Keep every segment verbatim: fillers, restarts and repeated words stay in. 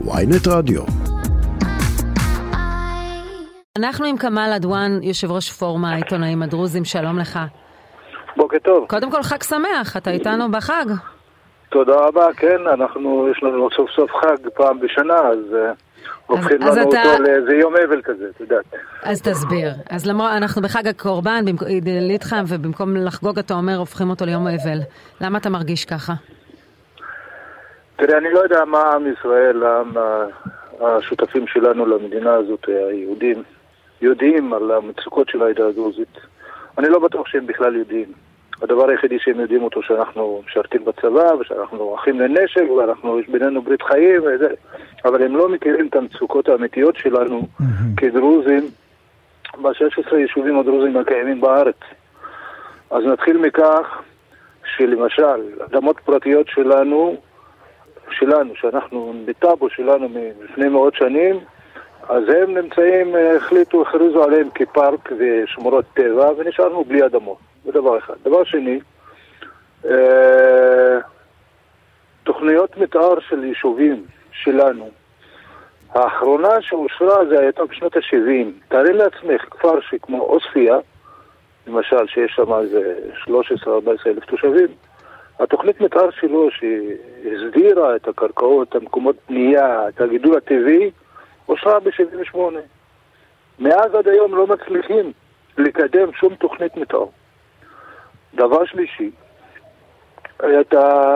וויינט רדיו. אנחנו עם כמאל עדואן, יושב ראש פורום העיתונאים הדרוזים, שלום לך. בוקר טוב. קודם כל חג שמח, אתה איתנו בחג. תודה רבה, כן, אנחנו, יש לנו סוף סוף חג פעם בשנה, אז הופכים לנו אתה... אותו לאיזה יום אבל כזה, אתה יודעת. אז תסביר. אז למור, אנחנו בחג הקורבן, לידכם, ובמקום לחגוג אתה אומר, הופכים אותו ליום אבל. למה אתה מרגיש ככה? תראה, אני לא יודע מה עם ישראל, השותפים שלנו למדינה הזאת, היהודים, יודעים על המצוקות של העדה הדרוזית. אני לא בטוח שהם בכלל יודעים. הדבר היחידי שהם יודעים אותו שאנחנו משרתים בצבא, ושאנחנו אחים לנשק, ואנחנו, יש בינינו ברית חיים, וזה. אבל הם לא מכירים את המצוקות האמיתיות שלנו כדרוזים, ב-שש עשרה יישובים הדרוזים הקיימים בארץ. אז נתחיל מכך שלמשל, אדמות פרטיות שלנו, שלנו, שאנחנו בטאבו שלנו מלפני מאות שנים, אז הם נמצאים, החליטו, הכריזו עליהם כפארק ושמורות טבע, ונשארנו בלי אדמות. זה דבר אחד. דבר שני, אה, תוכניות מתאר של יישובים שלנו, האחרונה שאושרה זה הייתה בשנות ה-שבעים. תארי לעצמך, כפר שכמו אוספיה, למשל, שיש שם איזה שלוש עשרה ארבע עשרה אלף תושבים, התוכנית מתאר שלו שהסדירה את הקרקעות, את המקומות בנייה, את הגידול הטבעי, אושרה ב-שבעים ושמונה. מאז עד היום לא מצליחים לקדם שום תוכנית מתאר. דבר שלישי, את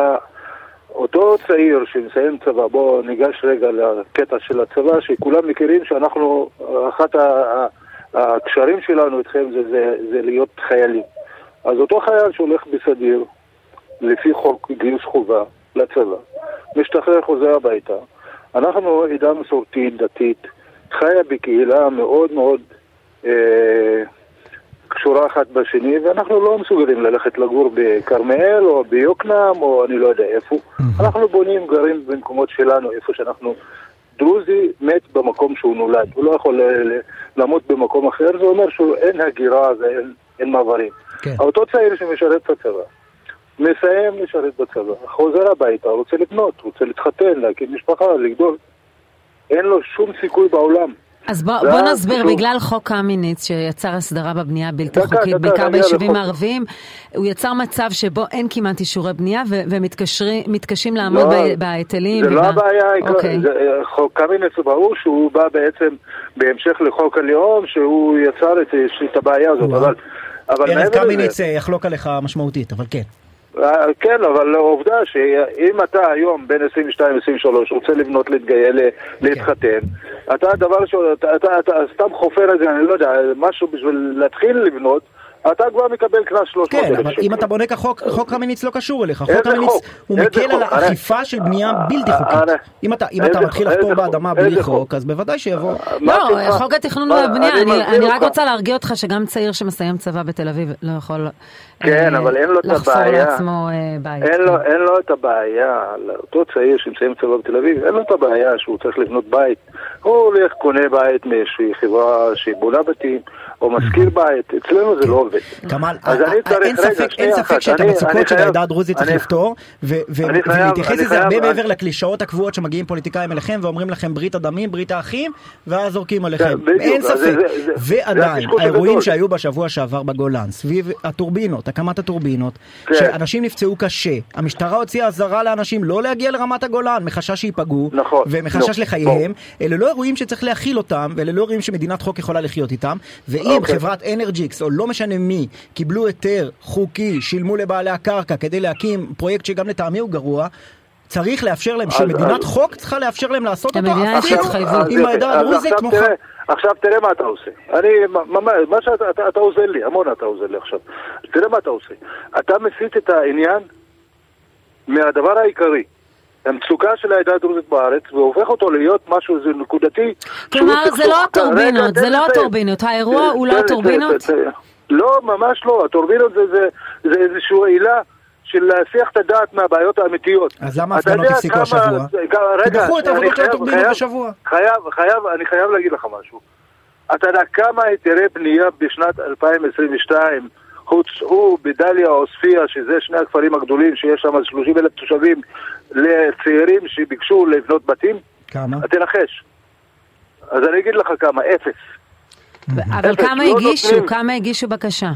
אותו צעיר שמסיים צבא, בואו ניגש רגע לקטע של הצבא, שכולם מכירים שאנחנו, אחת הקשרים שלנו איתכם זה, זה, זה להיות חיילים. אז אותו חייל שהולך בסדיר, לפי חוק גיוס חובה לצבא, משתחרר, חוזר הביתה. אנחנו עדה מסורתית, דתית, חיה בקהילה מאוד מאוד אה, קשורה אחת בשני, ואנחנו לא מסוגלים ללכת לגור בקרמל או ביוקנעם או אני לא יודע איפה. אנחנו בונים, גרים במקומות שלנו, איפה שאנחנו... דרוזי מת במקום שהוא נולד, הוא לא יכול למות במקום אחר, זה אומר שאין הגירה, אין, אין מעברים. כן. אותו צעיר שמשרת בצבא, מסיים לשרת בצבא, חוזר הביתה, רוצה לבנות, רוצה להתחתן, להקים משפחה, לגדול. אין לו שום סיכוי בעולם. אז בוא, בוא נסביר, פשוט... בגלל חוק קמיניץ שיצר הסדרה בבנייה בלתי דקה, חוקית, דקה, בעיקר ביישובים הערביים, הוא יצר מצב שבו אין כמעט אישורי בנייה ו- ומתקשים לעמוד לא, בהיטלים. זה ובא... לא הבעיה, אוקיי. זה, חוק קמיניץ ברור שהוא בא בעצם בהמשך לחוק הלאום, שהוא יצר את, את הבעיה הזאת. אבל, אבל ארז קמיניץ יחלוק עליך משמעותית, אבל כן. כן, אבל העובדה שאם אתה היום בין עשרים ושתיים עשרים ושלוש רוצה לבנות, להתגייל, להתחתן, אתה הדבר שאתה סתם חופר את זה, אני לא יודע, משהו בשביל להתחיל לבנות, אתה כבר מקבל קנס שלוש מאות אלף שקל. כן, אבל אם אתה בונה כחוק, חוק קמיניץ לא קשור אליך. חוק קמיניץ הוא מקל על האכיפה של בנייה בלתי חוקית. אם אתה מתחיל לחתור באדמה בלי חוק, אז בוודאי שיבוא. לא, חוק התכנון והבנייה, אני רק רוצה להרגיע אותך שגם צעיר שמסיים צבא בתל אביב לא יכול לחפור לעצמו בית. אין לו את הבעיה, אותו צעיר שמסיים צבא בתל אביב, אין לו את הבעיה שהוא צריך לבנות בית. הוא הולך, קונה בית מאיזושהי חברה שבונה בתים, או מזכיר בית. אצלנו זה לא עובד. כמאל, אין ספק שאת המצוקות של העדה הדרוזית צריך לפתור, ולהתייחס לזה הרבה מעבר לקלישאות הקבועות שמגיעים פוליטיקאים אליכם, ואומרים לכם ברית הדמים, ברית האחים, ואז זורקים עליכם. אין ספק. ועדיין, האירועים שהיו בשבוע שעבר בגולן, סביב הטורבינות, הקמת הטורבינות, שאנשים נפצעו קשה, המשטרה הוציאה אזהרה לאנשים לא להגיע לרמת הגולן, מחשש שיפגעו, ומחשש לחייהם. אלה לא אירועים שצריך להכיל אותם, ואלה לא אירועים שמדינת חוק יכולה לחיות איתם, ואם חברת אנרג'יקס, או לא משנה מי, קיבלו היתר חוקי, שילמו לבעלי הקרקע כדי להקים פרויקט שגם לטעמי הוא גרוע, צריך לאפשר להם, שמדינת חוק צריכה לאפשר להם לעשות אותו, עם העדה הדרוזית כמו... עכשיו תראה מה אתה עושה. אני, מה שאתה, אתה עוזר לי, המון אתה עוזר לי עכשיו. תראה מה אתה עושה. אתה מסיט את העניין מהדבר העיקרי, המצוקה של העדה הדרוזית בארץ, והופך אותו להיות משהו, זה נקודתי. כלומר, זה לא הטורבינות, זה לא הטורבינות. האירוע הוא לא הטורבינות? לא, ממש לא. הטורבינות זה איזושהי עילה של להסיח את הדעת מהבעיות האמיתיות. אז למה הפגנות הפסיקו השבוע? תדחו את עבודות הטורבינות בשבוע. אני חייב להגיד לך משהו. אתה יודע כמה היתרי בנייה בשנת אלפיים עשרים ושתיים הוצאו בדליה עוספיה, שזה שני הכפרים הגדולים שיש שם שלושים אלף תושבים, לצעירים שביקשו לבנות בתים? כמה? תנחש. אז אני אגיד לך כמה, אפס. אבל כמה הגישו? כמה הגישו בקשה?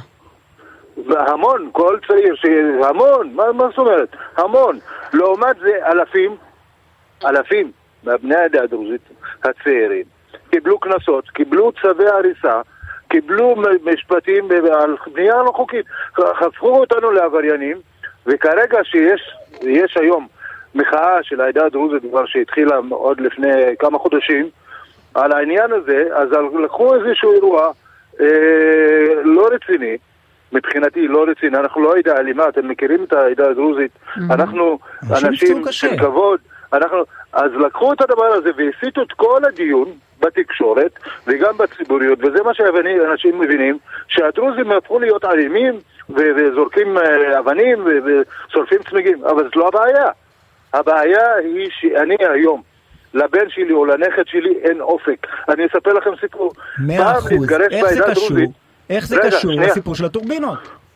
המון, כל צעיר, המון, מה זאת אומרת? המון. לעומת זה אלפים, אלפים, מהבני העדה הדרוזית הצעירים, קיבלו כנסות, קיבלו צווי הריסה, קיבלו משפטים על בנייה לא חוקית, חפכו אותנו לעבריינים, וכרגע שיש יש היום מחאה של העדה הדרוזית כבר שהתחילה עוד לפני כמה חודשים על העניין הזה, אז לקחו איזשהו אירוע אה, לא רציני, מבחינתי לא רציני, אנחנו לא העדה אלימה, אתם מכירים את העדה הדרוזית, mm-hmm. אנחנו אנשים של כבוד, אנחנו, אז לקחו את הדבר הזה והסיטו את כל הדיון בתקשורת וגם בציבוריות, וזה מה שאנשים מבינים, שהדרוזים הפכו להיות אלימים וזורקים אבנים ושורפים צמיגים, אבל זאת לא הבעיה. הבעיה היא שאני היום לבן שלי או לנכד שלי אין אופק. אני אספר לכם סיפור. מאה אחוז. איך זה קשור? איך זה קשור לסיפור של הטורבינות?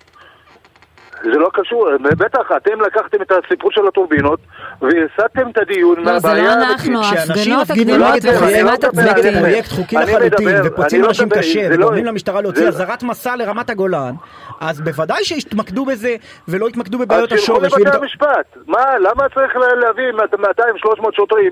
זה לא קשור, בטח, אתם לקחתם את הסיפור של הטורבינות והסעתם את הדיון לא, זה לא אנחנו, ההפגנות הקדימות וחסימת הצמתים. זה פרויקט חוקי לחלוטין ופוצעים אנשים קשה וגורמים למשטרה להוציא הזרת מסע לרמת הגולן, אז בוודאי שיתמקדו בזה ולא יתמקדו בבעיות השורש. אז שילכו לבתי המשפט, מה, למה צריך להביא מאתיים שלוש מאות שוטרים,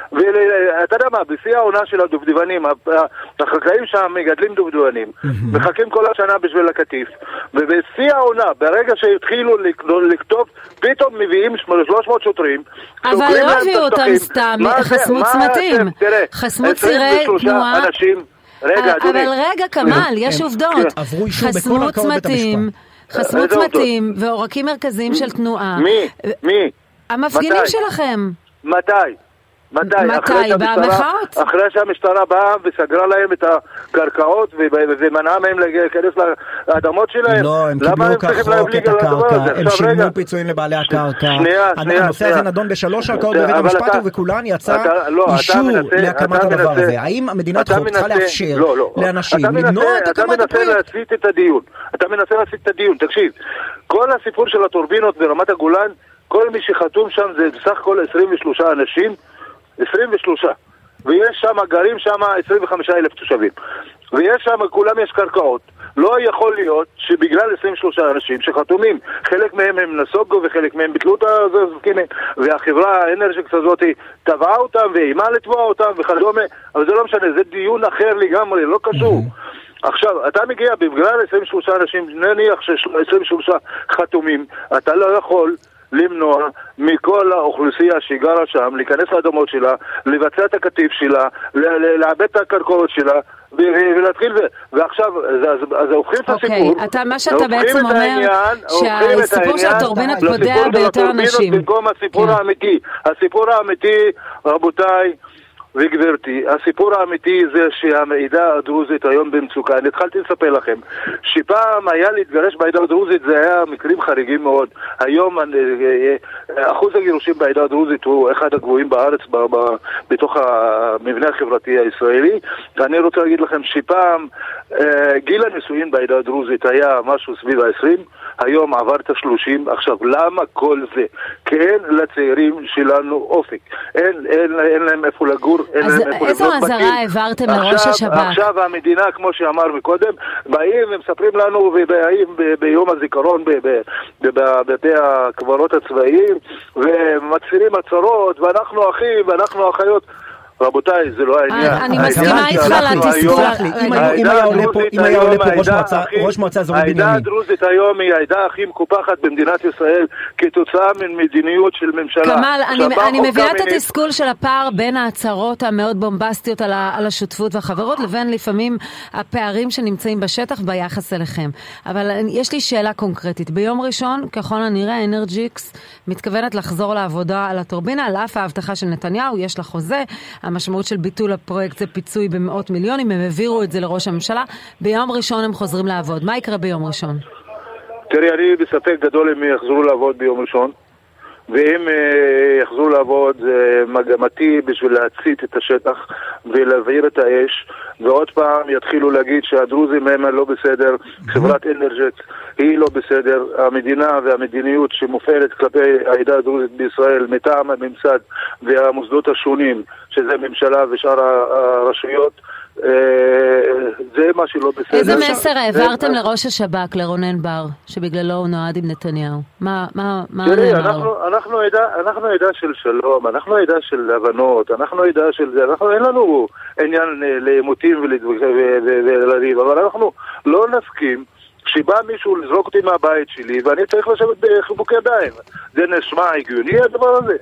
ואתה יודע מה, בשיא העונה של הדובדבנים, החקלאים שם מגדלים דובדבנים, מחכים כל השנה בשביל הקטיף, ובשיא העונה, ברגע התחילו לכתוב, פתאום מביאים שלוש מאות שוטרים. אבל לא הביאו אותם סתם, חסמו צמתים, חסמו צירי תנועה. אבל רגע כמל, יש עובדות. חסמו צמתים, חסמו צמתים ועורקים מרכזיים של תנועה. מי? מי? המפגינים שלכם. מתי? מתי? מתי? במחאות? אחרי שהמשטרה באה וסגרה להם את הקרקעות ומנעה מהם להיכנס לאדמות שלהם. לא, הם קיבלו כחוק את הקרקע, הם שילמו פיצויים לבעלי הקרקע. הנושא הזה נדון בשלוש ערכאות בבית המשפט ובכולן יצא אישור להקמת הדבר הזה. האם המדינת חוק צריכה לאפשר לאנשים למנוע את הקמת הפרויקט? אתה מנסה להסיט את הדיון. אתה מנסה להסיט את הדיון. תקשיב, כל הסיפור של הטורבינות ברמת הגולן, כל מי שחתום שם זה בסך הכל עשרים ושלושה אנשים, עשרים ושלושה, ויש שם, גרים שם עשרים וחמישה אלף תושבים, ויש שם, כולם יש קרקעות. לא יכול להיות שבגלל עשרים ושלושה אנשים שחתומים, חלק מהם הם נסוגו וחלק מהם ביטלו את הזזקינים, והחברה האנרג'יקס הזאת טבעה אותם ואימה לתבוע אותם וכדומה, אבל זה לא משנה, זה דיון אחר לגמרי, לא קשור. עכשיו, אתה מגיע בגלל עשרים ושלושה אנשים, נניח ש-עשרים ושלושה חתומים, אתה לא יכול למנוע מכל האוכלוסייה שגרה שם, להיכנס לאדמות שלה, לבצע את הקטיף שלה, לאבד את הקרקעות שלה, ולהתחיל, ועכשיו, אז הופכים את הסיפור. אוקיי, מה שאתה בעצם אומר, שהסיפור של הטורבינות פוגע ביותר אנשים. במקום הסיפור האמיתי. הסיפור האמיתי, רבותיי, וגברתי, הסיפור האמיתי זה שהעדה הדרוזית היום במצוקה. אני התחלתי לספר לכם שפעם היה להתגרש בעדה הדרוזית, זה היה מקרים חריגים מאוד. היום אחוז הגירושים בעדה הדרוזית הוא אחד הגבוהים בארץ בתוך המבנה החברתי הישראלי. אני רוצה להגיד לכם שפעם גיל הנישואין בעדה הדרוזית היה משהו סביב ה-עשרים, היום עבר את ה-שלושים. עכשיו, למה כל זה? כי אין לצעירים שלנו אופק. אין, אין, אין להם איפה לגור. אז איזו עזרה העברתם לראש השב"כ? עכשיו המדינה, כמו שאמר מקודם, באים ומספרים לנו ובאים ביום הזיכרון בבתי הקברות הצבאיים ומצהירים הצהרות, ואנחנו אחים ואנחנו אחיות. רבותיי, זה לא העניין. אני מסכימה איתך לתסכול. אם היה עולה פה ראש מועצה אזורית בנימין. העדה הדרוזית היום היא העדה הכי מקופחת במדינת ישראל כתוצאה ממדיניות של ממשלה. כמל, אני מביאה את התסכול של הפער בין ההצהרות המאוד בומבסטיות על השותפות והחברות לבין לפעמים הפערים שנמצאים בשטח ביחס אליכם. אבל יש לי שאלה קונקרטית. ביום ראשון, ככל הנראה, אנרג'יקס מתכוונת לחזור לעבודה על הטורבינה, על אף ההבטחה של נתניהו, יש לה חוזה. המשמעות של ביטול הפרויקט זה פיצוי במאות מיליונים, הם העבירו את זה לראש הממשלה. ביום ראשון הם חוזרים לעבוד. מה יקרה ביום ראשון? תראי, אני בספק גדול אם יחזרו לעבוד ביום ראשון. ואם יחזרו לעבוד מגמתי בשביל להצית את השטח ולהבעיר את האש, ועוד פעם יתחילו להגיד שהדרוזים הם לא בסדר, חברת אנרג'ט היא לא בסדר, המדינה והמדיניות שמופעלת כלפי העדה הדרוזית בישראל מטעם הממסד והמוסדות השונים, שזה ממשלה ושאר הרשויות, זה מה שלא בסדר. איזה מסר העברתם לראש השב"כ, לרונן בר, שבגללו הוא נועד עם נתניהו? מה נאמר? אנחנו עדה של שלום, אנחנו עדה של הבנות, אנחנו עדה של זה, אין לנו עניין לעימותים ולריב, אבל אנחנו לא נסכים שבא מישהו לזרוק אותי מהבית שלי ואני צריך לשבת בחיבוק ידיים. זה נשמע הגיוני הדבר הזה.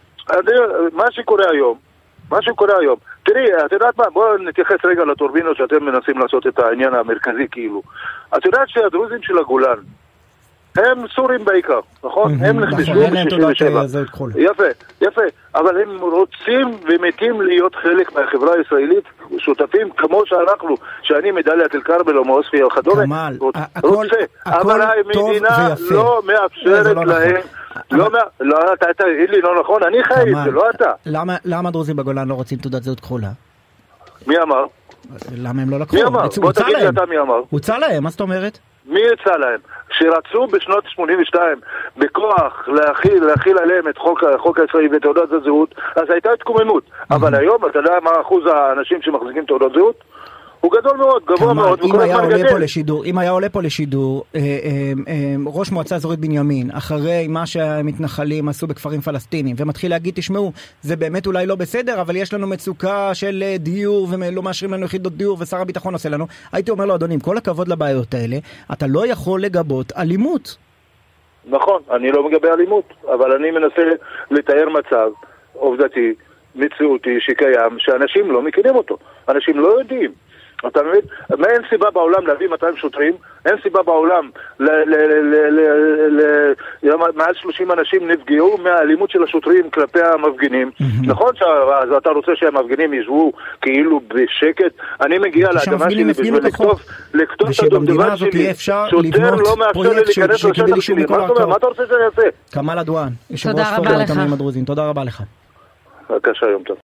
מה שקורה היום, מה שקורה היום, תראי, את יודעת מה, בואו נתייחס רגע לטורבינות שאתם מנסים לעשות את העניין המרכזי כאילו. את יודעת שהדרוזים של הגולן הם סורים בעיקר, נכון? הם נכנסו ב-שישים ושבע. יפה, יפה. אבל הם רוצים ומתים להיות חלק מהחברה הישראלית, שותפים כמו שאנחנו, שאני מדליית אל כרמל או מעוספיא וכדומה. כמאל, אבל המדינה לא מאפשרת להם. לא, לא, אתה תגיד לי לא נכון, אני חי, זה לא אתה. למה הדרוזים בגולן לא רוצים תעודת זהות כחולה? מי אמר? למה הם לא לקחו? מי אמר? בוא תגיד לי אתה מי אמר. הוצא להם, מה זאת אומרת? מי יצא להם? שרצו בשנות שמונים ושתיים בכוח להכיל, להכיל עליהם את חוק, חוק הישראלי ותעודת הזהות, אז הייתה התקוממות. אבל היום, אתה יודע מה אחוז האנשים שמחזיקים תעודת זהות? הוא גדול מאוד, גבוה מאוד. אם היה עולה פה לשידור, אם היה עולה פה לשידור, ראש מועצה אזורית בנימין, אחרי מה שהמתנחלים עשו בכפרים פלסטינים, ומתחיל להגיד, תשמעו, זה באמת אולי לא בסדר, אבל יש לנו מצוקה של דיור, ולא מאשרים לנו יחידות דיור, ושר הביטחון עושה לנו. הייתי אומר לו, אדוני, עם כל הכבוד לבעיות האלה, אתה לא יכול לגבות אלימות. נכון, אני לא מגבה אלימות, אבל אני מנסה לתאר מצב עובדתי, מציאותי, שקיים, שאנשים לא מכירים אותו. אנשים לא יודעים. אתה מבין? מה אין סיבה בעולם להביא מאתיים שוטרים? אין סיבה בעולם מעל שלושים אנשים נפגעו מהאלימות של השוטרים כלפי המפגינים. נכון שאתה רוצה שהמפגינים ישבו כאילו בשקט? אני מגיע לאדמה שלי בשביל לכתוב את הדובדבן שלי. שוטר לא מאפשר לי להיכנס לשטח שלי. מה אתה רוצה שאני אעשה? כמאל עדואן, יושב ראש פורום התלמידים הדרוזים. תודה רבה לך. בבקשה, יום טוב.